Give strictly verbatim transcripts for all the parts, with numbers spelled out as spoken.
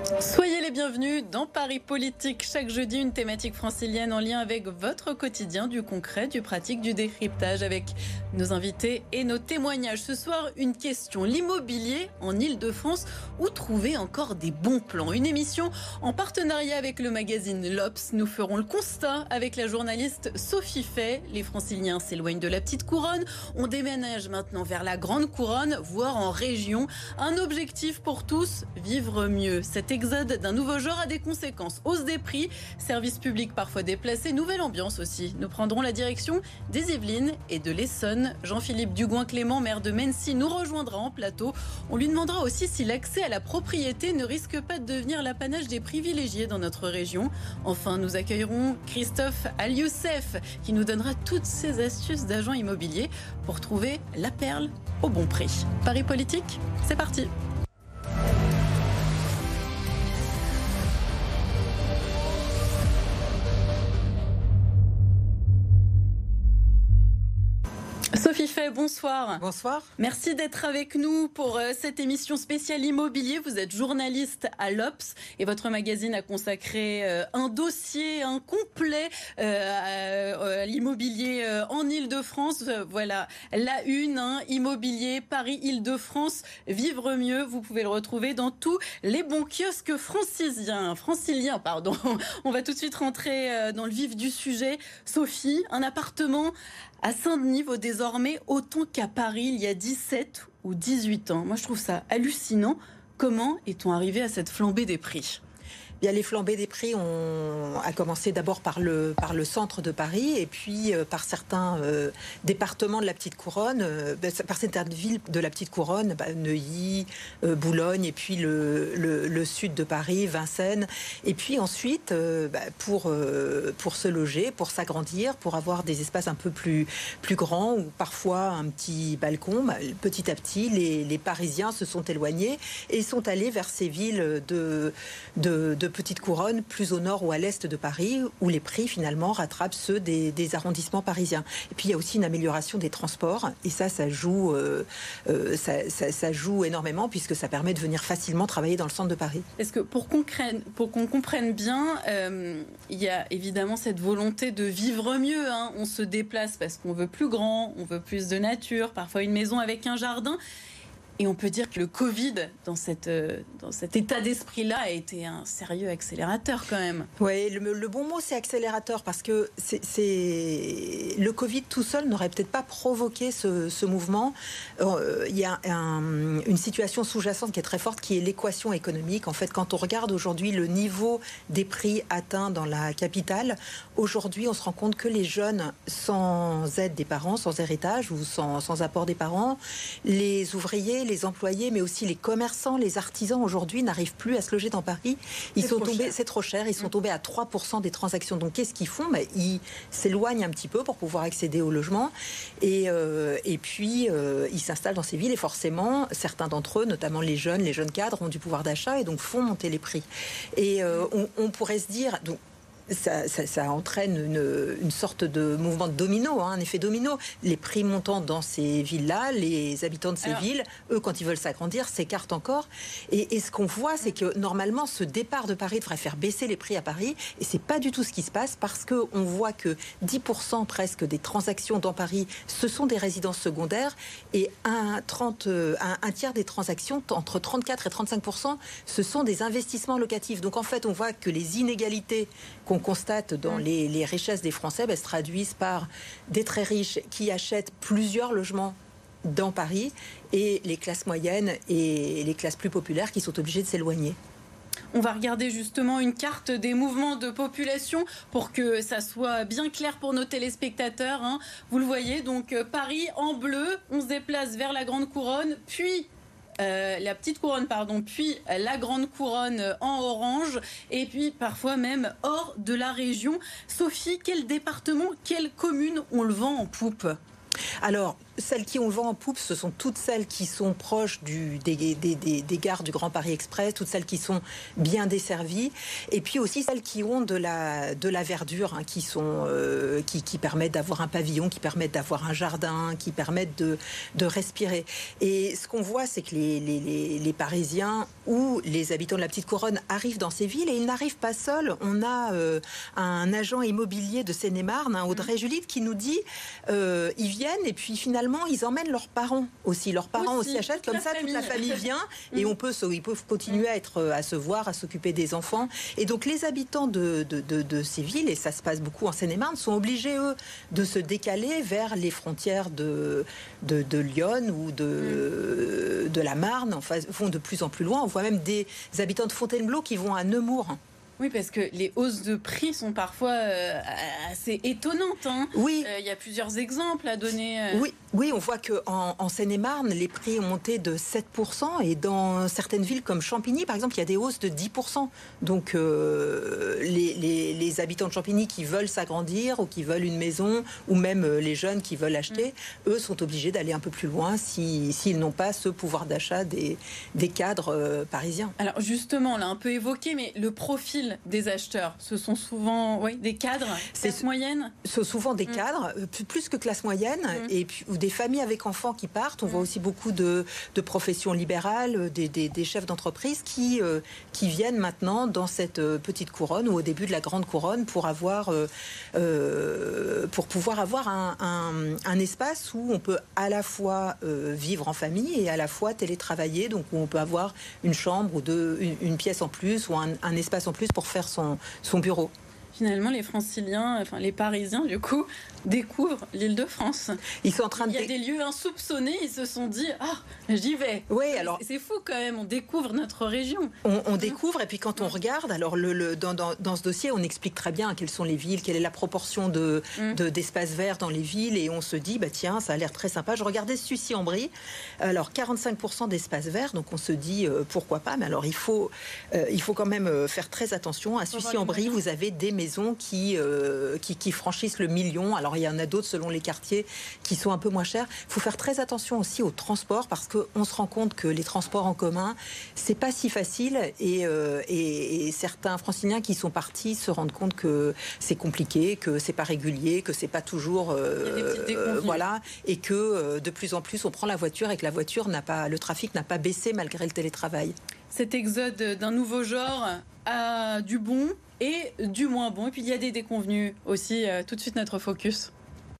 Soyez les bienvenus dans Paris Politique. Chaque jeudi, une thématique francilienne en lien avec votre quotidien, du concret, du pratique, du décryptage avec nos invités et nos témoignages. Ce soir, une question. L'immobilier en Ile-de-France, où trouver encore des bons plans? Une émission en partenariat avec le magazine L'Obs. Nous ferons le constat avec la journaliste Sophie Fay. Les franciliens s'éloignent de la petite couronne. On déménage maintenant vers la grande couronne, voire en région. Un objectif pour tous, vivre mieux. Cet exode d'un nouveau genre a des conséquences. Hausse des prix, services publics parfois déplacés, nouvelle ambiance aussi. Nous prendrons la direction des Yvelines et de l'Essonne. Jean-Philippe Dugoin-Clément, maire de Mennecy, nous rejoindra en plateau. On lui demandera aussi si l'accès à la propriété ne risque pas de devenir l'apanage des privilégiés dans notre région. Enfin, nous accueillerons Christophe Al-Youssef qui nous donnera toutes ses astuces d'agent immobilier pour trouver la perle au bon prix. Paris Politique, c'est parti. Sophie Fay, bonsoir. Bonsoir. Merci d'être avec nous pour euh, cette émission spéciale immobilier. Vous êtes journaliste à l'Obs et votre magazine a consacré euh, un dossier, un complet euh, à, à l'immobilier euh, en Ile-de-France. Euh, voilà, la une, hein, immobilier, Paris-Ile-de-France, vivre mieux. Vous pouvez le retrouver dans tous les bons kiosques franciliens. franciliens pardon. On va tout de suite rentrer euh, dans le vif du sujet. Sophie, un appartement à Saint-Denis vaut désormais autant qu'à Paris il y a dix-sept ou dix-huit ans. Moi, je trouve ça hallucinant. Comment est-on arrivé à cette flambée des prix ? Bien, les flambées des prix ont a commencé d'abord par le, par le centre de Paris et puis euh, par certains euh, départements de la Petite Couronne, euh, par certaines villes de la Petite Couronne, bah, Neuilly, euh, Boulogne et puis le, le, le sud de Paris, Vincennes. Et puis ensuite, euh, bah, pour, euh, pour se loger, pour s'agrandir, pour avoir des espaces un peu plus, plus grands ou parfois un petit balcon, bah, petit à petit, les, les Parisiens se sont éloignés et sont allés vers ces villes de, de, de Petite Couronne, plus au nord ou à l'est de Paris, où les prix finalement rattrapent ceux des, des arrondissements parisiens. Et puis il y a aussi une amélioration des transports, et ça, ça joue, euh, euh, ça, ça, ça joue énormément puisque ça permet de venir facilement travailler dans le centre de Paris. Est-ce que pour qu'on comprenne, pour qu'on comprenne bien, euh, il y a évidemment cette volonté de vivre mieux. Hein. On se déplace parce qu'on veut plus grand, on veut plus de nature, parfois une maison avec un jardin. Et on peut dire que le Covid, dans, cette, dans cet état d'esprit-là, a été un sérieux accélérateur quand même. Oui, le, le bon mot, c'est accélérateur, parce que c'est, c'est... le Covid tout seul n'aurait peut-être pas provoqué ce, ce mouvement. Euh, il y a un, une situation sous-jacente qui est très forte, qui est l'équation économique. En fait, quand on regarde aujourd'hui le niveau des prix atteints dans la capitale, aujourd'hui, on se rend compte que les jeunes, sans aide des parents, sans héritage ou sans, sans apport des parents, les ouvriers, les employés, mais aussi les commerçants, les artisans aujourd'hui n'arrivent plus à se loger dans Paris. Ils sont tombés, c'est trop cher, ils sont tombés à trois pour cent des transactions. Donc qu'est-ce qu'ils font ? Ben, ils s'éloignent un petit peu pour pouvoir accéder au logement et, euh, et puis euh, ils s'installent dans ces villes et forcément certains d'entre eux, notamment les jeunes, les jeunes cadres, ont du pouvoir d'achat et donc font monter les prix. Et euh, on, on pourrait se dire... Donc, Ça, ça, ça entraîne une, une sorte de mouvement de domino, hein, un effet domino. Les prix montant dans ces villes-là, les habitants de ces Alors... villes, eux, quand ils veulent s'agrandir, s'écartent encore. Et, et ce qu'on voit, c'est que normalement, ce départ de Paris devrait faire baisser les prix à Paris. Et c'est pas du tout ce qui se passe parce qu'on voit que dix pour cent presque des transactions dans Paris, ce sont des résidences secondaires. Et un, trente, un, un tiers des transactions, entre trente-quatre et trente-cinq pour cent, ce sont des investissements locatifs. Donc en fait, on voit que les inégalités qu'on constate dans les, les richesses des Français ben, se traduisent par des très riches qui achètent plusieurs logements dans Paris et les classes moyennes et les classes plus populaires qui sont obligées de s'éloigner. On va regarder justement une carte des mouvements de population pour que ça soit bien clair pour nos téléspectateurs. Hein. Vous le voyez, donc Paris en bleu, on se déplace vers la Grande Couronne, puis... Euh, la petite couronne, pardon, puis la grande couronne en orange, et puis parfois même hors de la région. Sophie, quel département, quelle commune on le vend en poupe ? Alors, celles qui ont le vent en poupe, ce sont toutes celles qui sont proches du, des, des, des, des gares du Grand Paris Express, toutes celles qui sont bien desservies, et puis aussi celles qui ont de la, de la verdure, hein, qui, sont, euh, qui, qui permettent d'avoir un pavillon, qui permettent d'avoir un jardin, qui permettent de, de respirer. Et ce qu'on voit, c'est que les, les, les, les Parisiens ou les habitants de la Petite Couronne arrivent dans ces villes, et ils n'arrivent pas seuls. On a euh, un agent immobilier de Seine-et-Marne, hein, Audrey Julide, qui nous dit euh, ils viennent et puis finalement ils emmènent leurs parents aussi. Leurs parents aussi, aussi achètent, comme ça famille. Toute la famille vient et on peut, ils peuvent continuer à, être, à se voir, à s'occuper des enfants. Et donc les habitants de, de, de, de ces villes, et ça se passe beaucoup en Seine-et-Marne, sont obligés, eux, de se décaler vers les frontières de, de, de Lyon ou de, de la Marne, enfin, vont de plus en plus loin. On voit même des habitants de Fontainebleau qui vont à Nemours. Oui, parce que les hausses de prix sont parfois euh, assez étonnantes. Hein. Oui. Il euh, y a plusieurs exemples à donner. Euh... Oui, oui, on voit qu'en en Seine-et-Marne, les prix ont monté de sept pour cent et dans certaines villes comme Champigny, par exemple, il y a des hausses de dix pour cent. Donc, euh, les, les, les habitants de Champigny qui veulent s'agrandir ou qui veulent une maison, ou même les jeunes qui veulent acheter, mmh. eux sont obligés d'aller un peu plus loin s'ils si, n'ont pas ce pouvoir d'achat des, des cadres euh, parisiens. Alors justement, on l'a un peu évoqué, mais le profil des acheteurs, ce sont souvent oui, des cadres, classe moyenne. Ce sont souvent des mmh. cadres, plus que classe moyenne, mmh. et puis, ou des familles avec enfants qui partent. On mmh. voit aussi beaucoup de, de professions libérales, des, des, des chefs d'entreprise qui, euh, qui viennent maintenant dans cette petite couronne ou au début de la grande couronne pour, avoir, euh, euh, pour pouvoir avoir un, un, un espace où on peut à la fois euh, vivre en famille et à la fois télétravailler, donc où on peut avoir une chambre ou deux, une, une pièce en plus ou un, un espace en plus pour faire son, son bureau. Finalement, les Franciliens, enfin les Parisiens, du coup, découvrent l'Île-de-France. Ils sont en train de... Il y a des lieux insoupçonnés, ils se sont dit « Ah, j'y vais ». Oui, alors... C'est fou quand même, on découvre notre région. On, on découvre, et puis quand on regarde, alors le, le, dans, dans, dans ce dossier, on explique très bien quelles sont les villes, quelle est la proportion de, mm. de, d'espaces verts dans les villes, et on se dit, bah tiens, ça a l'air très sympa. Je regardais Sucy-en-Brie, alors quarante-cinq pour cent d'espaces verts, donc on se dit, euh, pourquoi pas, mais alors il faut, euh, il faut quand même faire très attention. À Sucy-en-Brie, vous avez des maisons Qui, euh, qui, qui franchissent le million. Alors il y en a d'autres selon les quartiers qui sont un peu moins chers. Il faut faire très attention aussi aux transports parce qu'on se rend compte que les transports en commun, c'est pas si facile et, euh, et, et certains franciliens qui sont partis se rendent compte que c'est compliqué, que c'est pas régulier, que c'est pas toujours euh, euh, voilà, et que euh, de plus en plus on prend la voiture et que la voiture n'a pas, le trafic n'a pas baissé malgré le télétravail. Cet exode d'un nouveau genre a du bon et du moins bon. Et puis il y a des déconvenus aussi. Euh, tout de suite notre focus.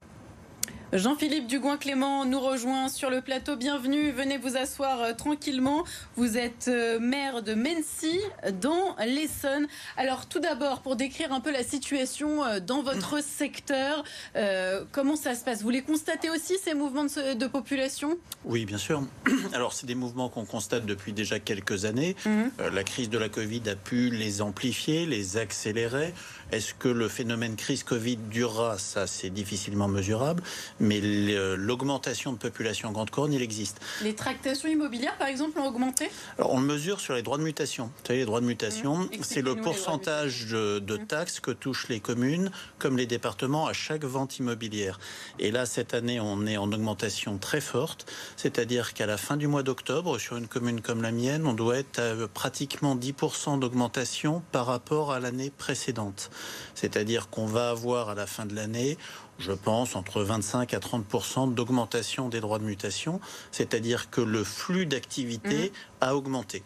Jean-Philippe Dugouin-Clément nous rejoint sur le plateau. Bienvenue, venez vous asseoir euh, tranquillement. Vous êtes euh, maire de Mennecy, dans l'Essonne. Alors tout d'abord, pour décrire un peu la situation euh, dans votre secteur, euh, comment ça se passe? Vous les constatez aussi, ces mouvements de, de population? Oui, bien sûr. Alors c'est des mouvements qu'on constate depuis déjà quelques années. Mmh. Euh, la crise de la Covid a pu les amplifier, les accélérer. Est-ce que le phénomène crise Covid durera? Ça, c'est difficilement mesurable. Mais l'augmentation de population en grande couronne, il existe. Les tractations immobilières, par exemple, ont augmenté? Alors, on le mesure sur les droits de mutation. Vous savez, les droits de mutation, mmh. c'est le pourcentage de, de taxes que touchent les communes, comme les départements, à chaque vente immobilière. Et là, cette année, on est en augmentation très forte. C'est-à-dire qu'à la fin du mois d'octobre, sur une commune comme la mienne, on doit être à pratiquement dix pour cent d'augmentation par rapport à l'année précédente. C'est-à-dire qu'on va avoir à la fin de l'année, je pense, entre vingt-cinq à trente pour cent d'augmentation des droits de mutation, c'est-à-dire que le flux d'activité mmh. a augmenté.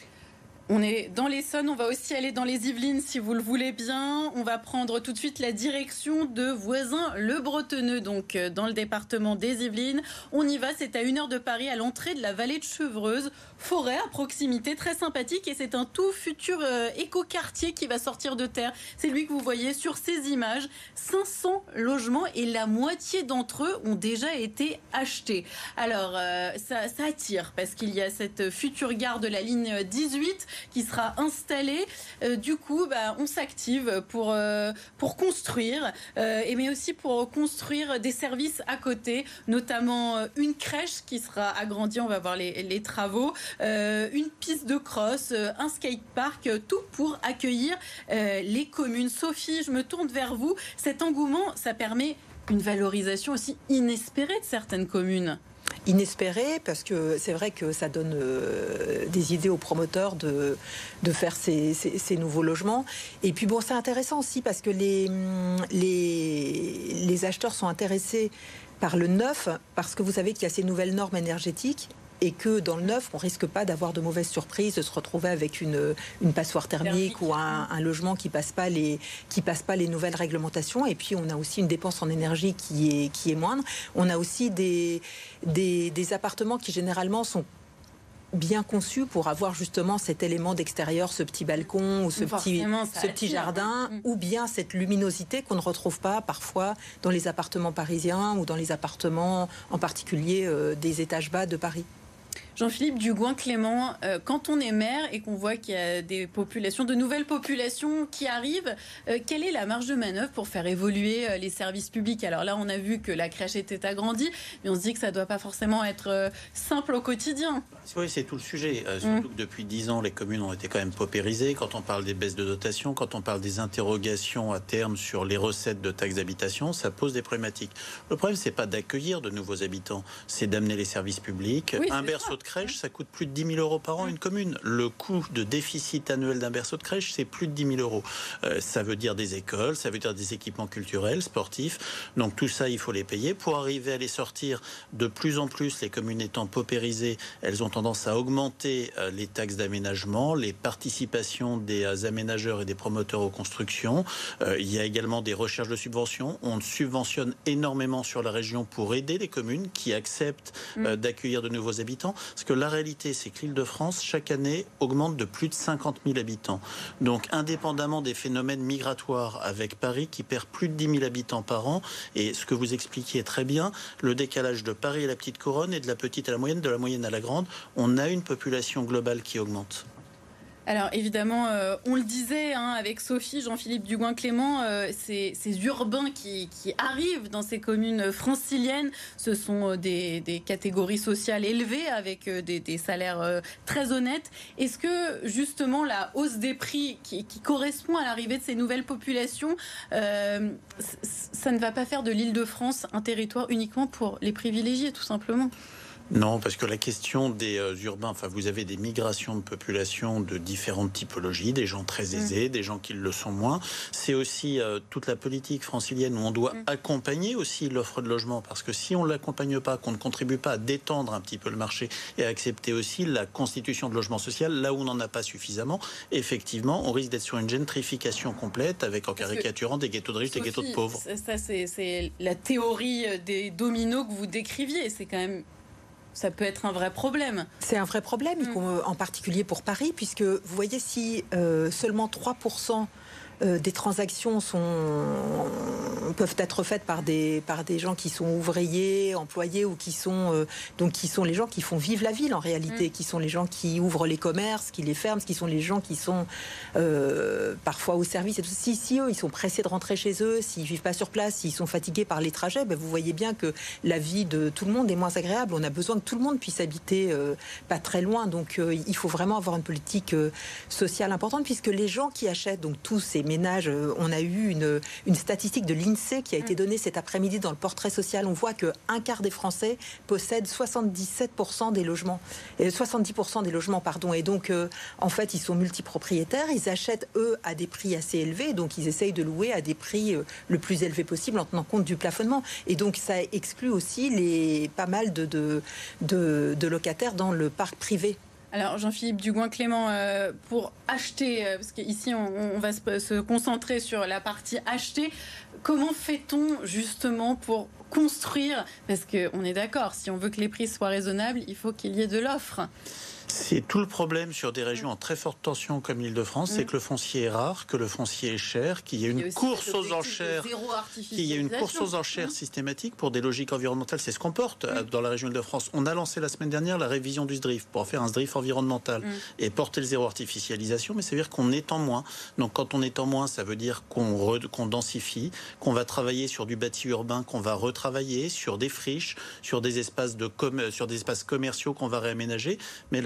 On est dans l'Essonne, on va aussi aller dans les Yvelines si vous le voulez bien. On va prendre tout de suite la direction de Voisins-le-Bretonneux, donc dans le département des Yvelines. On y va, c'est à une heure de Paris, à l'entrée de la vallée de Chevreuse. Forêt à proximité, très sympathique, et c'est un tout futur euh, écoquartier qui va sortir de terre. C'est lui que vous voyez sur ces images. cinq cents logements et la moitié d'entre eux ont déjà été achetés. Alors, euh, ça, ça attire parce qu'il y a cette future gare de la ligne dix-huit qui sera installée. Euh, du coup, bah, on s'active pour, euh, pour construire, euh, et mais aussi pour construire des services à côté, notamment euh, une crèche qui sera agrandie, on va voir les, les travaux, euh, une piste de cross, euh, un skatepark, euh, tout pour accueillir euh, les communes. Sophie, je me tourne vers vous. Cet engouement, ça permet une valorisation aussi inespérée de certaines communes. Inespéré, parce que c'est vrai que ça donne euh, des idées aux promoteurs de, de faire ces, ces, ces nouveaux logements. Et puis bon, c'est intéressant aussi parce que les, les, les acheteurs sont intéressés par le neuf, parce que vous savez qu'il y a ces nouvelles normes énergétiques et que dans le neuf, on risque pas d'avoir de mauvaises surprises, de se retrouver avec une, une passoire thermique ou un, un logement qui passe pas les qui passe pas les nouvelles réglementations. Et puis on a aussi une dépense en énergie qui est qui est moindre. On a aussi des des, des appartements qui généralement sont bien conçu pour avoir justement cet élément d'extérieur, ce petit balcon ou ce petit, ce petit jardin, mmh. ou bien cette luminosité qu'on ne retrouve pas parfois dans les appartements parisiens ou dans les appartements en particulier euh, des étages bas de Paris. Jean-Philippe Dugoin-Clément, euh, quand on est maire et qu'on voit qu'il y a des populations, de nouvelles populations qui arrivent, euh, quelle est la marge de manœuvre pour faire évoluer euh, les services publics? Alors là, on a vu que la crèche était agrandie, mais on se dit que ça ne doit pas forcément être euh, simple au quotidien. Oui, c'est tout le sujet. Euh, surtout mmh. que depuis dix ans, les communes ont été quand même paupérisées. Quand on parle des baisses de dotation, quand on parle des interrogations à terme sur les recettes de taxes d'habitation, ça pose des problématiques. Le problème, c'est pas d'accueillir de nouveaux habitants, c'est d'amener les services publics. Oui, un berceau ça. de crèche, ça coûte plus de dix mille euros par an, une commune. Le coût de déficit annuel d'un berceau de crèche, c'est plus de dix mille euros. Euh, ça veut dire des écoles, ça veut dire des équipements culturels, sportifs. Donc tout ça, il faut les payer. Pour arriver à les sortir, de plus en plus, les communes étant paupérisées, elles ont tendance à augmenter euh, les taxes d'aménagement, les participations des euh, aménageurs et des promoteurs aux constructions. Euh, il y a également des recherches de subventions. On subventionne énormément sur la région pour aider les communes qui acceptent euh, d'accueillir de nouveaux habitants. Parce que la réalité, c'est que l'Île-de-France, chaque année, augmente de plus de cinquante mille habitants. Donc, indépendamment des phénomènes migratoires, avec Paris qui perd plus de dix mille habitants par an, et ce que vous expliquiez très bien, le décalage de Paris et la petite couronne et de la petite à la moyenne, de la moyenne à la grande, on a une population globale qui augmente. Alors évidemment, euh, on le disait hein, avec Sophie, Jean-Philippe Dugoin-Clément, euh, ces, ces urbains qui, qui arrivent dans ces communes franciliennes, ce sont euh, des, des catégories sociales élevées avec euh, des, des salaires euh, très honnêtes. Est-ce que justement la hausse des prix qui, qui correspond à l'arrivée de ces nouvelles populations, euh, ça ne va pas faire de l'Île-de-France un territoire uniquement pour les privilégiés tout simplement ? Non, parce que la question des euh, urbains, enfin, vous avez des migrations de population de différentes typologies, des gens très aisés, mmh. des gens qui le sont moins. C'est aussi euh, toute la politique francilienne où on doit mmh. accompagner aussi l'offre de logement, parce que si on ne l'accompagne pas, qu'on ne contribue pas à détendre un petit peu le marché et à accepter aussi la constitution de logement social, là où on n'en a pas suffisamment, effectivement, on risque d'être sur une gentrification complète, avec en caricaturant des ghettos de riches, des ghettos de pauvres. Ça, c'est, c'est la théorie des dominos que vous décriviez, c'est quand même... Ça peut être un vrai problème. C'est un vrai problème, mmh. en particulier pour Paris, puisque vous voyez, si euh, seulement trois pour cent euh, des transactions sont, peuvent être faites par des, par des gens qui sont ouvriers, employés, ou qui sont, euh, donc qui sont les gens qui font vivre la ville en réalité, mmh. qui sont les gens qui ouvrent les commerces, qui les ferment, qui sont les gens qui sont euh, parfois au service. Et tout. Si, si eux, ils sont pressés de rentrer chez eux, s'ils ne vivent pas sur place, s'ils sont fatigués par les trajets, ben vous voyez bien que la vie de tout le monde est moins agréable. On a besoin que tout le monde puisse habiter euh, pas très loin. Donc euh, il faut vraiment avoir une politique euh, sociale importante, puisque les gens qui achètent, donc tous ces ménages, euh, on a eu une, une statistique de l'INSEE qui a été donnée cet après-midi dans le portrait social. On voit qu'un quart des Français possèdent soixante-dix-sept pour cent des logements, euh, soixante-dix pour cent des logements, pardon. Et donc euh, en fait, ils sont multipropriétaires, ils achètent eux à des prix assez élevés, donc ils essayent de louer à des prix euh, le plus élevés possible en tenant compte du plafonnement. Et donc ça exclut aussi les, pas mal de, de, de, de locataires dans le parc privé. Alors Jean-Philippe Dugoin-Clément, euh, pour acheter, euh, parce qu'ici on, on va se, se concentrer sur la partie acheter, comment fait-on justement pour construire? Parce qu'on est d'accord, si on veut que les prix soient raisonnables, il faut qu'il y ait de l'offre. C'est tout le problème sur des régions en très forte tension comme l'Île-de-France, mmh. c'est que le foncier est rare, que le foncier est cher, qu'il y a une course aux enchères, qu'il y a une course aux enchères mmh. systématique pour des logiques environnementales. C'est ce qu'on porte mmh. dans la région Île-de-France. On a lancé la semaine dernière la révision du S D R I F pour faire un S D R I F environnemental mmh. et porter le zéro artificialisation, mais ça veut dire qu'on étend moins. Donc quand on étend moins, ça veut dire qu'on, re, qu'on densifie, qu'on va travailler sur du bâti urbain, qu'on va retravailler, sur des friches, sur des espaces, de com- sur des espaces commerciaux qu'on va réaménager. Mais la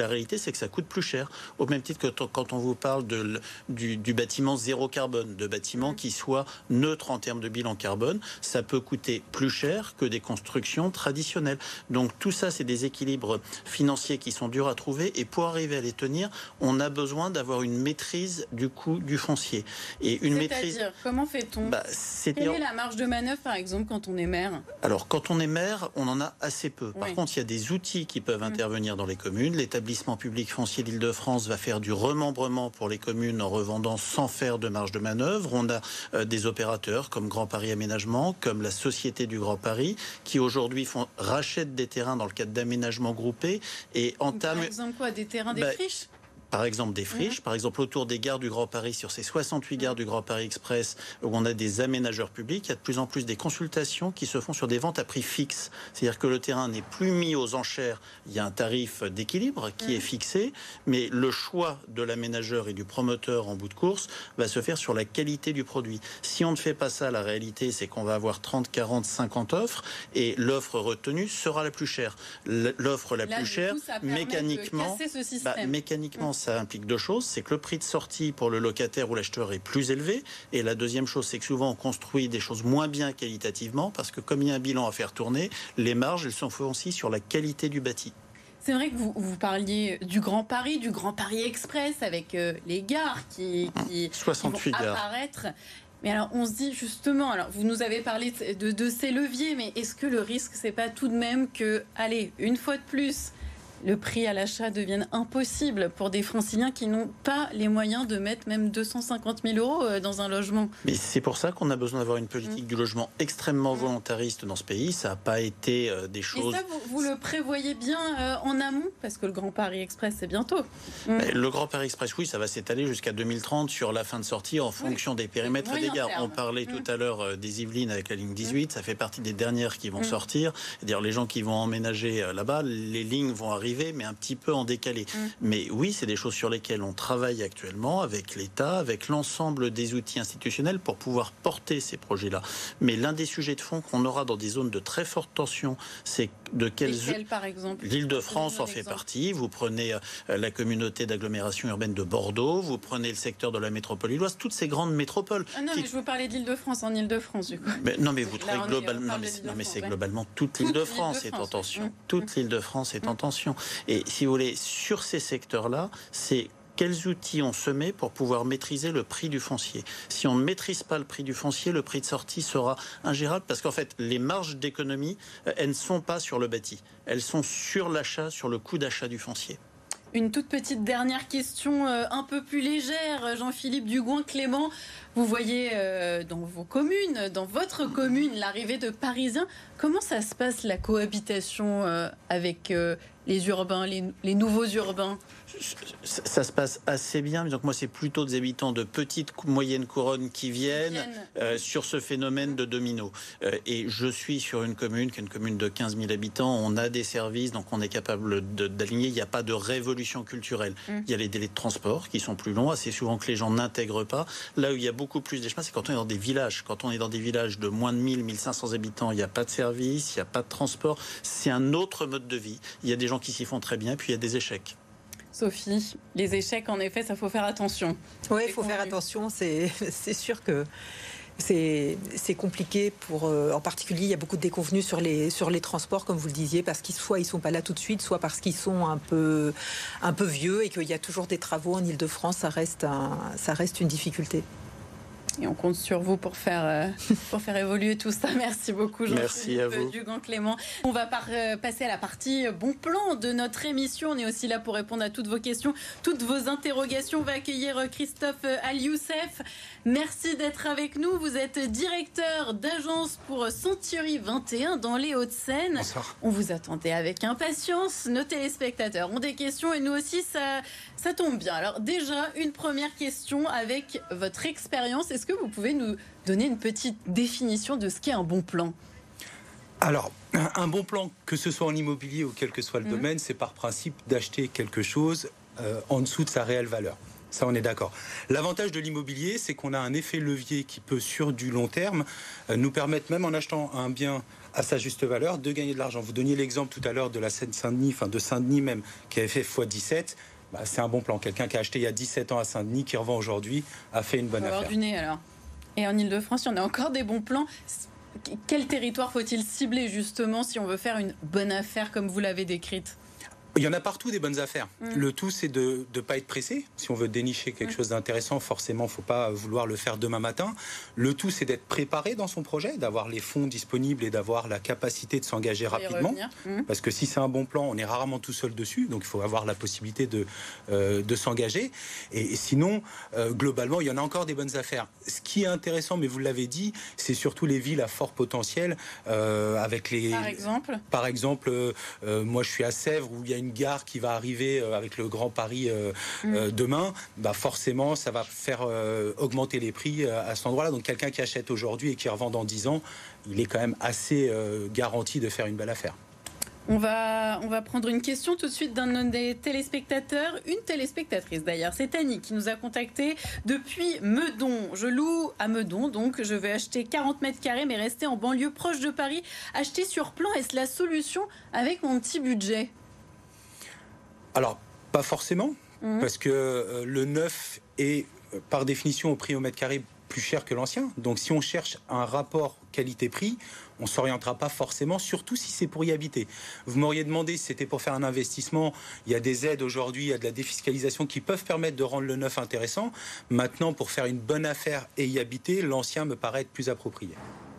réalité, c'est que ça coûte plus cher. Au même titre que t- quand on vous parle de, du, du bâtiment zéro carbone, de bâtiments qui soient neutres en termes de bilan carbone, ça peut coûter plus cher que des constructions traditionnelles. Donc tout ça, c'est des équilibres financiers qui sont durs à trouver. Et pour arriver à les tenir, on a besoin d'avoir une maîtrise du coût du foncier. Et une C'est-à-dire, maîtrise. comment fait-on Bah, Quelle est la marge de manœuvre, par exemple, quand on est maire? Alors, quand on est maire, on en a assez peu. Par oui. contre, il y a des outils qui peuvent intervenir dans les communes. L'établissement public foncier d'Île-de-France va faire du remembrement pour les communes en revendant sans faire de marge de manœuvre. On a euh, des opérateurs comme Grand Paris Aménagement, comme la Société du Grand Paris, qui aujourd'hui font rachètent des terrains dans le cadre d'aménagement groupé et entament. Par exemple quoi, des terrains, des bah, friches? Par exemple des friches, mmh. par exemple autour des gares du Grand Paris, sur ces soixante-huit gares du Grand Paris Express, où on a des aménageurs publics, il y a de plus en plus des consultations qui se font sur des ventes à prix fixe. C'est-à-dire que le terrain n'est plus mis aux enchères, il y a un tarif d'équilibre qui mmh. est fixé, mais le choix de l'aménageur et du promoteur en bout de course va se faire sur la qualité du produit. Si on ne fait pas ça, la réalité c'est qu'on va avoir trente, quarante, cinquante offres, et l'offre retenue sera la plus chère. L'offre la Là, plus chère, coup, ça mécaniquement, de casser ce système. Bah, mécaniquement, mmh. ça implique deux choses. C'est que le prix de sortie pour le locataire ou l'acheteur est plus élevé. Et la deuxième chose, c'est que souvent on construit des choses moins bien qualitativement parce que comme il y a un bilan à faire tourner, les marges, elles sont faites aussi sur la qualité du bâti. C'est vrai que vous, vous parliez du Grand Paris, du Grand Paris Express avec euh, les gares qui, qui, soixante-huit qui vont gares. apparaître. Mais alors, on se dit justement, alors vous nous avez parlé de, de ces leviers, mais est-ce que le risque, c'est pas tout de même que, allez, une fois de plus, le prix à l'achat devienne impossible pour des Franciliens qui n'ont pas les moyens de mettre même deux cent cinquante mille euros dans un logement? Mais c'est pour ça qu'on a besoin d'avoir une politique mmh. du logement extrêmement mmh. volontariste dans ce pays. Ça n'a pas été euh, des choses... Et ça, vous, vous le prévoyez bien euh, en amont? Parce que le Grand Paris Express, c'est bientôt. Mmh. Le Grand Paris Express, oui, ça va s'étaler jusqu'à deux mille trente sur la fin de sortie en fonction oui. des périmètres des gares. Terme. On parlait mmh. tout à l'heure euh, des Yvelines avec la ligne dix-huit. Mmh. Ça fait partie des dernières qui vont mmh. sortir. C'est-à-dire les gens qui vont emménager euh, là-bas, les lignes vont arriver, mais un petit peu en décalé. Mmh. Mais oui, c'est des choses sur lesquelles on travaille actuellement avec l'État, avec l'ensemble des outils institutionnels pour pouvoir porter ces projets-là. Mais l'un des sujets de fond qu'on aura dans des zones de très forte tension, c'est de quelles... Lesquelles, par exemple? L'Île-de-France en fait exemple. partie. Vous prenez euh, la communauté d'agglomération urbaine de Bordeaux, vous prenez le secteur de la métropole lilloise, toutes ces grandes métropoles. Ah non, qui... mais je vous parlais de l'Île-de-France, en Île-de-France, du coup. Mais, non, mais vous trouvez globalement... Non, mais, non, mais c'est ouais. globalement toute l'Île-de-France est en tension. Mmh. Toute l'Île-de-France est mmh. en tension. Et si vous voulez, sur ces secteurs-là, c'est quels outils on se met pour pouvoir maîtriser le prix du foncier. Si on ne maîtrise pas le prix du foncier, le prix de sortie sera ingérable parce qu'en fait, les marges d'économie, elles ne sont pas sur le bâti. Elles sont sur l'achat, sur le coût d'achat du foncier. Une toute petite dernière question euh, un peu plus légère. Jean-Philippe Dugoin-Clément, vous voyez euh, dans vos communes, dans votre commune, l'arrivée de Parisiens. Comment ça se passe la cohabitation euh, avec euh, les urbains, les, les nouveaux urbains? Ça, ça se passe assez bien. Donc moi, c'est plutôt des habitants de petites, moyennes couronnes qui viennent, qui viennent. Euh, sur ce phénomène de domino. Euh, et je suis sur une commune qui est une commune de quinze mille habitants. On a des services, donc on est capable de, d'aligner. Il n'y a pas de révolution culturelle. Mmh. Il y a les délais de transport qui sont plus longs. Assez souvent que les gens n'intègrent pas. Là où il y a beaucoup plus des chemins, c'est quand on est dans des villages. Quand on est dans des villages de moins de mille, mille cinq cents habitants, il n'y a pas de service, il n'y a pas de transport. C'est un autre mode de vie. Il y a des gens qui s'y font très bien, puis il y a des échecs. Sophie, les échecs, en effet, ça faut faire attention. Oui, il faut faire attention. C'est, c'est sûr que c'est, c'est compliqué. Pour, euh, en particulier, il y a beaucoup de déconvenus sur les, sur les transports, comme vous le disiez, parce qu'ils soit ils sont pas là tout de suite, soit parce qu'ils sont un peu, un peu vieux et qu'il y a toujours des travaux en Île-de-France. Ça reste, un, ça reste une difficulté. Et on compte sur vous pour faire, euh, pour faire évoluer tout ça. Merci beaucoup, Jean-Philippe Dugoin-Clément. On va par, euh, passer à la partie bon plan de notre émission. On est aussi là pour répondre à toutes vos questions, toutes vos interrogations. On va accueillir Christophe Al-Youssef. Merci d'être avec nous. Vous êtes directeur d'agence pour Century vingt et un dans les Hauts-de-Seine. Bonsoir. On vous attendait avec impatience. Nos téléspectateurs ont des questions et nous aussi, ça, ça tombe bien. Alors déjà, une première question avec votre expérience. Est-ce que vous pouvez nous donner une petite définition de ce qu'est un bon plan? Alors, un bon plan, que ce soit en immobilier ou quel que soit le mmh. domaine, c'est par principe d'acheter quelque chose euh, en dessous de sa réelle valeur. Ça, on est d'accord. L'avantage de l'immobilier, c'est qu'on a un effet levier qui peut, sur du long terme, euh, nous permettre, même en achetant un bien à sa juste valeur, de gagner de l'argent. Vous donniez l'exemple tout à l'heure de la Seine-Saint-Denis, enfin de Saint-Denis même, qui avait fait fois dix-sept. Bah, c'est un bon plan. Quelqu'un qui a acheté il y a dix-sept ans à Saint-Denis, qui revend aujourd'hui, a fait une bonne affaire. Avoir du nez alors. Et en Ile-de-France, il y en a encore des bons plans. Quel territoire faut-il cibler justement si on veut faire une bonne affaire comme vous l'avez décrite ? Il y en a partout des bonnes affaires. Mmh. Le tout, c'est de ne pas être pressé. Si on veut dénicher quelque mmh. chose d'intéressant, forcément, il ne faut pas vouloir le faire demain matin. Le tout, c'est d'être préparé dans son projet, d'avoir les fonds disponibles et d'avoir la capacité de s'engager rapidement. Mmh. Parce que si c'est un bon plan, on est rarement tout seul dessus. Donc, il faut avoir la possibilité de, euh, de s'engager. Et, et sinon, euh, globalement, il y en a encore des bonnes affaires. Ce qui est intéressant, mais vous l'avez dit, c'est surtout les villes à fort potentiel. Euh, avec les, par exemple Par exemple, euh, moi, je suis à Sèvres, où il y a une gare qui va arriver avec le Grand Paris euh, mmh. euh, demain, bah forcément ça va faire euh, augmenter les prix à cet endroit-là. Donc quelqu'un qui achète aujourd'hui et qui revend dans dix ans, il est quand même assez euh, garanti de faire une belle affaire. On va, on va prendre une question tout de suite d'un des téléspectateurs, une téléspectatrice d'ailleurs, c'est Annie qui nous a contacté depuis Meudon. Je loue à Meudon, donc je vais acheter quarante mètres carrés mais rester en banlieue proche de Paris. Acheter sur plan, est-ce la solution avec mon petit budget ? Alors, pas forcément, mmh. parce que euh, le neuf est, euh, par définition, au prix au mètre carré plus cher que l'ancien. Donc, si on cherche un rapport qualité-prix, on ne s'orientera pas forcément, surtout si c'est pour y habiter. Vous m'auriez demandé si c'était pour faire un investissement. Il y a des aides aujourd'hui, il y a de la défiscalisation qui peuvent permettre de rendre le neuf intéressant. Maintenant, pour faire une bonne affaire et y habiter, l'ancien me paraît être plus approprié.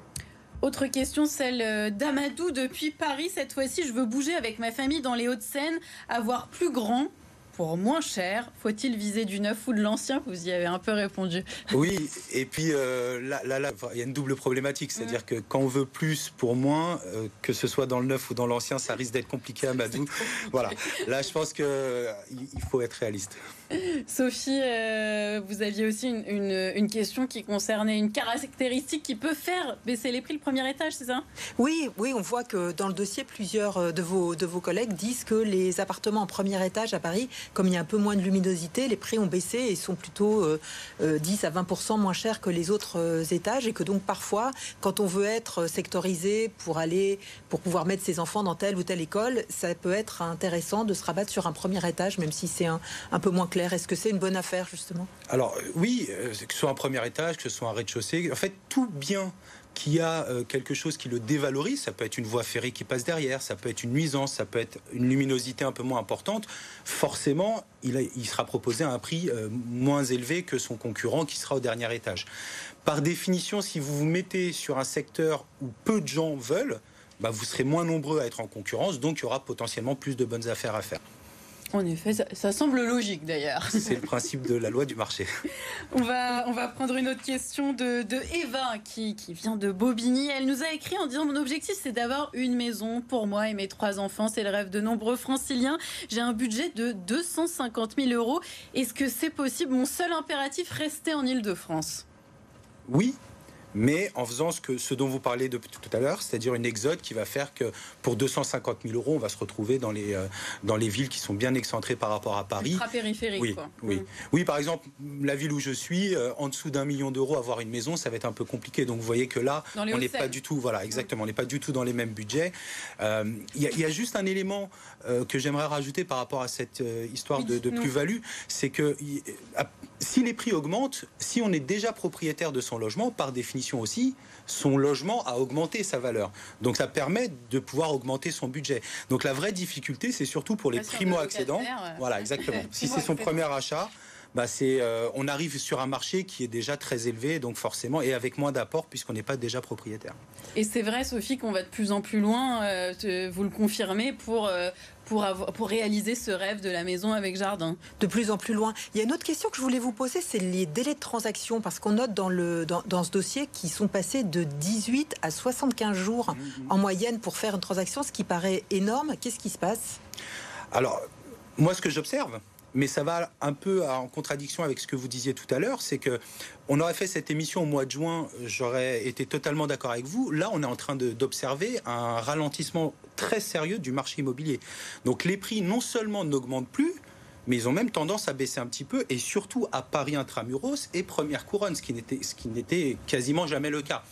Autre question, celle d'Amadou depuis Paris. Cette fois-ci, je veux bouger avec ma famille dans les Hauts-de-Seine, avoir plus grand pour moins cher. Faut-il viser du neuf ou de l'ancien ? Vous y avez un peu répondu. Oui, et puis euh, là, là, là, il y a une double problématique. C'est-à-dire que quand on veut plus pour moins, euh, que ce soit dans le neuf ou dans l'ancien, ça risque d'être compliqué à Amadou. Voilà. Là, je pense qu'il euh, faut être réaliste. Sophie, euh, vous aviez aussi une, une, une question qui concernait une caractéristique qui peut faire baisser les prix, le premier étage, c'est ça ? Oui, oui, on voit que dans le dossier, plusieurs de vos, de vos collègues disent que les appartements en premier étage à Paris, comme il y a un peu moins de luminosité, les prix ont baissé et sont plutôt euh, euh, dix à vingt pour cent moins chers que les autres euh, étages, et que donc parfois, quand on veut être sectorisé pour aller, pour pouvoir mettre ses enfants dans telle ou telle école, ça peut être intéressant de se rabattre sur un premier étage, même si c'est un, un peu moins clair. Est-ce que c'est une bonne affaire, justement ? Alors oui, euh, que ce soit un premier étage, que ce soit un rez-de-chaussée, en fait, tout bien qui a euh, quelque chose qui le dévalorise, ça peut être une voie ferrée qui passe derrière, ça peut être une nuisance, ça peut être une luminosité un peu moins importante, forcément, il, a, il sera proposé à un prix euh, moins élevé que son concurrent qui sera au dernier étage. Par définition, si vous vous mettez sur un secteur où peu de gens veulent, bah, vous serez moins nombreux à être en concurrence, donc il y aura potentiellement plus de bonnes affaires à faire. En effet, ça, ça semble logique d'ailleurs. C'est le principe de la loi du marché. On va, on va prendre une autre question de, de Eva qui, qui vient de Bobigny. Elle nous a écrit en disant: mon objectif, c'est d'avoir une maison pour moi et mes trois enfants. C'est le rêve de nombreux franciliens. J'ai un budget de deux cent cinquante mille euros. Est-ce que c'est possible ? Mon seul impératif, rester en Ile-de-France. Oui. Mais en faisant ce, que, ce dont vous parlez depuis tout à l'heure, c'est-à-dire une exode qui va faire que pour deux cent cinquante mille euros, on va se retrouver dans les, euh, dans les villes qui sont bien excentrées par rapport à Paris. Ultra périphérique, oui, quoi. Oui. Mmh. oui, par exemple, la ville où je suis, euh, en dessous d'un million d'euros, avoir une maison, ça va être un peu compliqué. Donc vous voyez que là, on n'est pas du tout, voilà, exactement, mmh. on n'est pas du tout dans les mêmes budgets. Il euh, y, y a juste un élément euh, que j'aimerais rajouter par rapport à cette euh, histoire oui, de, de plus-value, c'est que y, à, si les prix augmentent, si on est déjà propriétaire de son logement, par définition aussi, son logement a augmenté sa valeur. Donc ça permet de pouvoir augmenter son budget. Donc la vraie difficulté, c'est surtout pour les primo-accédants. Euh... Voilà, exactement. Si c'est son premier achat, bah c'est, euh, on arrive sur un marché qui est déjà très élevé, donc forcément, et avec moins d'apport puisqu'on n'est pas déjà propriétaire. Et c'est vrai, Sophie, qu'on va de plus en plus loin, euh, vous le confirmez, pour... Euh, Pour, avoir, pour réaliser ce rêve de la maison avec jardin. De plus en plus loin. Il y a une autre question que je voulais vous poser, c'est les délais de transaction, parce qu'on note dans, le, dans, dans ce dossier qu'ils sont passés de dix-huit à soixante-quinze jours mmh. en moyenne pour faire une transaction, ce qui paraît énorme. Qu'est-ce qui se passe ? Alors, moi, ce que j'observe, mais ça va un peu en contradiction avec ce que vous disiez tout à l'heure, c'est que on aurait fait cette émission au mois de juin, j'aurais été totalement d'accord avec vous. Là, on est en train de, d'observer un ralentissement très sérieux du marché immobilier. Donc les prix non seulement n'augmentent plus, mais ils ont même tendance à baisser un petit peu, et surtout à Paris intramuros et première couronne, ce qui n'était, ce qui n'était quasiment jamais le cas.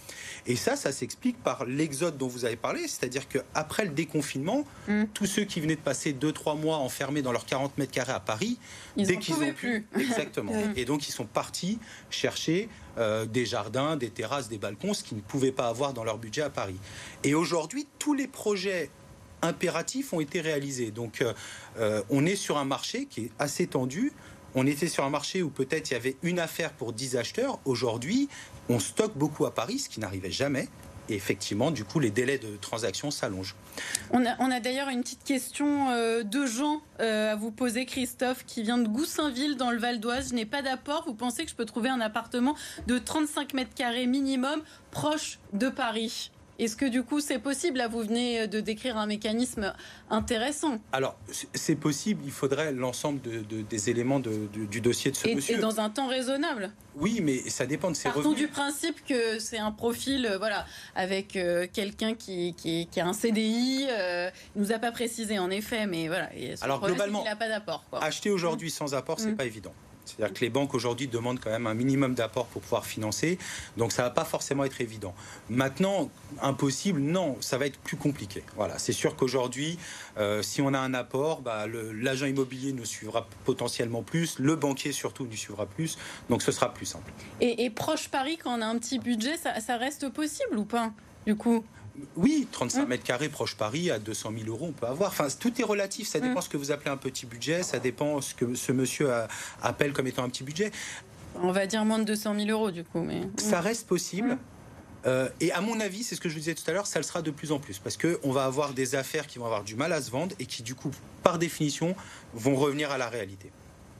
Et ça, ça s'explique par l'exode dont vous avez parlé, c'est-à-dire qu'après le déconfinement, mmh. tous ceux qui venaient de passer deux trois mois enfermés dans leurs quarante mètres carrés à Paris, ils dès qu'ils ont plus. pu, exactement. Et donc ils sont partis chercher euh, des jardins, des terrasses, des balcons, ce qu'ils ne pouvaient pas avoir dans leur budget à Paris. Et aujourd'hui, tous les projets impératifs ont été réalisés. Donc euh, on est sur un marché qui est assez tendu. On était sur un marché où peut-être il y avait une affaire pour dix acheteurs. Aujourd'hui, on stocke beaucoup à Paris, ce qui n'arrivait jamais. Et effectivement, du coup, les délais de transaction s'allongent. On a, on a d'ailleurs une petite question euh, de Jean euh, à vous poser, Christophe, qui vient de Goussainville, dans le Val d'Oise. Je n'ai pas d'apport. Vous pensez que je peux trouver un appartement de trente-cinq mètres carrés minimum, proche de Paris ? Est-ce que du coup c'est possible? Là, vous venez de décrire un mécanisme intéressant. Alors, c'est possible. Il faudrait l'ensemble de, de, des éléments de, de, du dossier de ce et, monsieur. Et dans un temps raisonnable. Oui, mais ça dépend de ses Partons revenus. du principe que c'est un profil, euh, voilà, avec euh, quelqu'un qui, qui, qui a un C D I. Euh, il nous a pas précisé en effet, mais voilà. Et alors globalement, il n'a pas d'apport. Acheter aujourd'hui mmh. sans apport, c'est mmh. pas évident. C'est-à-dire que les banques aujourd'hui demandent quand même un minimum d'apport pour pouvoir financer. Donc ça ne va pas forcément être évident. Maintenant, impossible, non, ça va être plus compliqué. Voilà, c'est sûr qu'aujourd'hui, euh, si on a un apport, bah, le, l'agent immobilier nous suivra potentiellement plus, le banquier surtout nous suivra plus. Donc ce sera plus simple. Et, et proche Paris, quand on a un petit budget, ça, ça reste possible ou pas, du coup ? Oui, trente-cinq mmh. mètres carrés proche Paris, à deux cent mille euros, on peut avoir. Enfin, tout est relatif. Ça dépend mmh. ce que vous appelez un petit budget. Ça dépend ce que ce monsieur a, appelle comme étant un petit budget. On va dire moins de deux cent mille euros, du coup. Mais... Ça reste possible. Mmh. Euh, et à mon avis, c'est ce que je vous disais tout à l'heure, ça le sera de plus en plus. Parce qu'on va avoir des affaires qui vont avoir du mal à se vendre et qui, du coup, par définition, vont revenir à la réalité.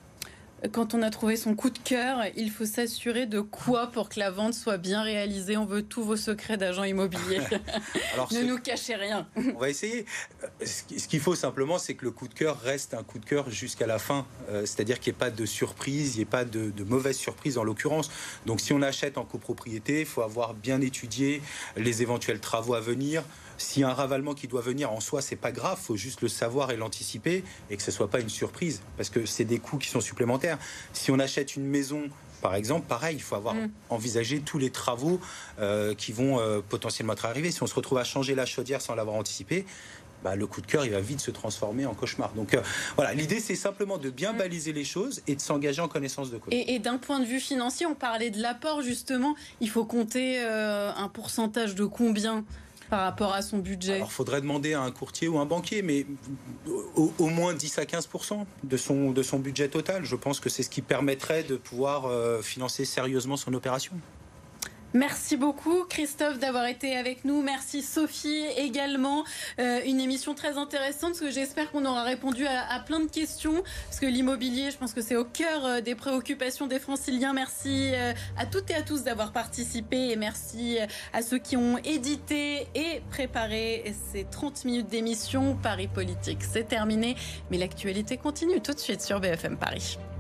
Quand on a trouvé son coup de cœur, il faut s'assurer de quoi pour que la vente soit bien réalisée? On veut tous vos secrets d'agent immobilier. Alors, ne nous cachez rien. On va essayer. Ce qu'il faut simplement, c'est que le coup de cœur reste un coup de cœur jusqu'à la fin. Euh, c'est-à-dire qu'il n'y ait pas de surprise, il n'y ait pas de, de mauvaise surprise en l'occurrence. Donc si on achète en copropriété, il faut avoir bien étudié les éventuels travaux à venir. S'il y a un ravalement qui doit venir, en soi, c'est pas grave. Il faut juste le savoir et l'anticiper et que ce soit pas une surprise, parce que c'est des coûts qui sont supplémentaires. Si on achète une maison, par exemple, pareil, il faut avoir mmh. envisagé tous les travaux euh, qui vont euh, potentiellement être arrivés. Si on se retrouve à changer la chaudière sans l'avoir anticipé, bah, le coup de cœur, il va vite se transformer en cauchemar. Donc euh, voilà, l'idée, c'est simplement de bien mmh. baliser les choses et de s'engager en connaissance de cause. Et, et d'un point de vue financier, on parlait de l'apport, justement. Il faut compter euh, un pourcentage de combien par rapport à son budget? Alors, il faudrait demander à un courtier ou un banquier, mais au, au moins dix à quinze pour cent de son, de son budget total. Je pense que c'est ce qui permettrait de pouvoir euh, financer sérieusement son opération. Merci beaucoup Christophe d'avoir été avec nous. Merci Sophie également. Euh, une émission très intéressante parce que j'espère qu'on aura répondu à, à plein de questions. Parce que l'immobilier, je pense que c'est au cœur des préoccupations des Franciliens. Merci à toutes et à tous d'avoir participé et merci à ceux qui ont édité et préparé ces trente minutes d'émission. Paris Politique, c'est terminé. Mais l'actualité continue tout de suite sur B F M Paris.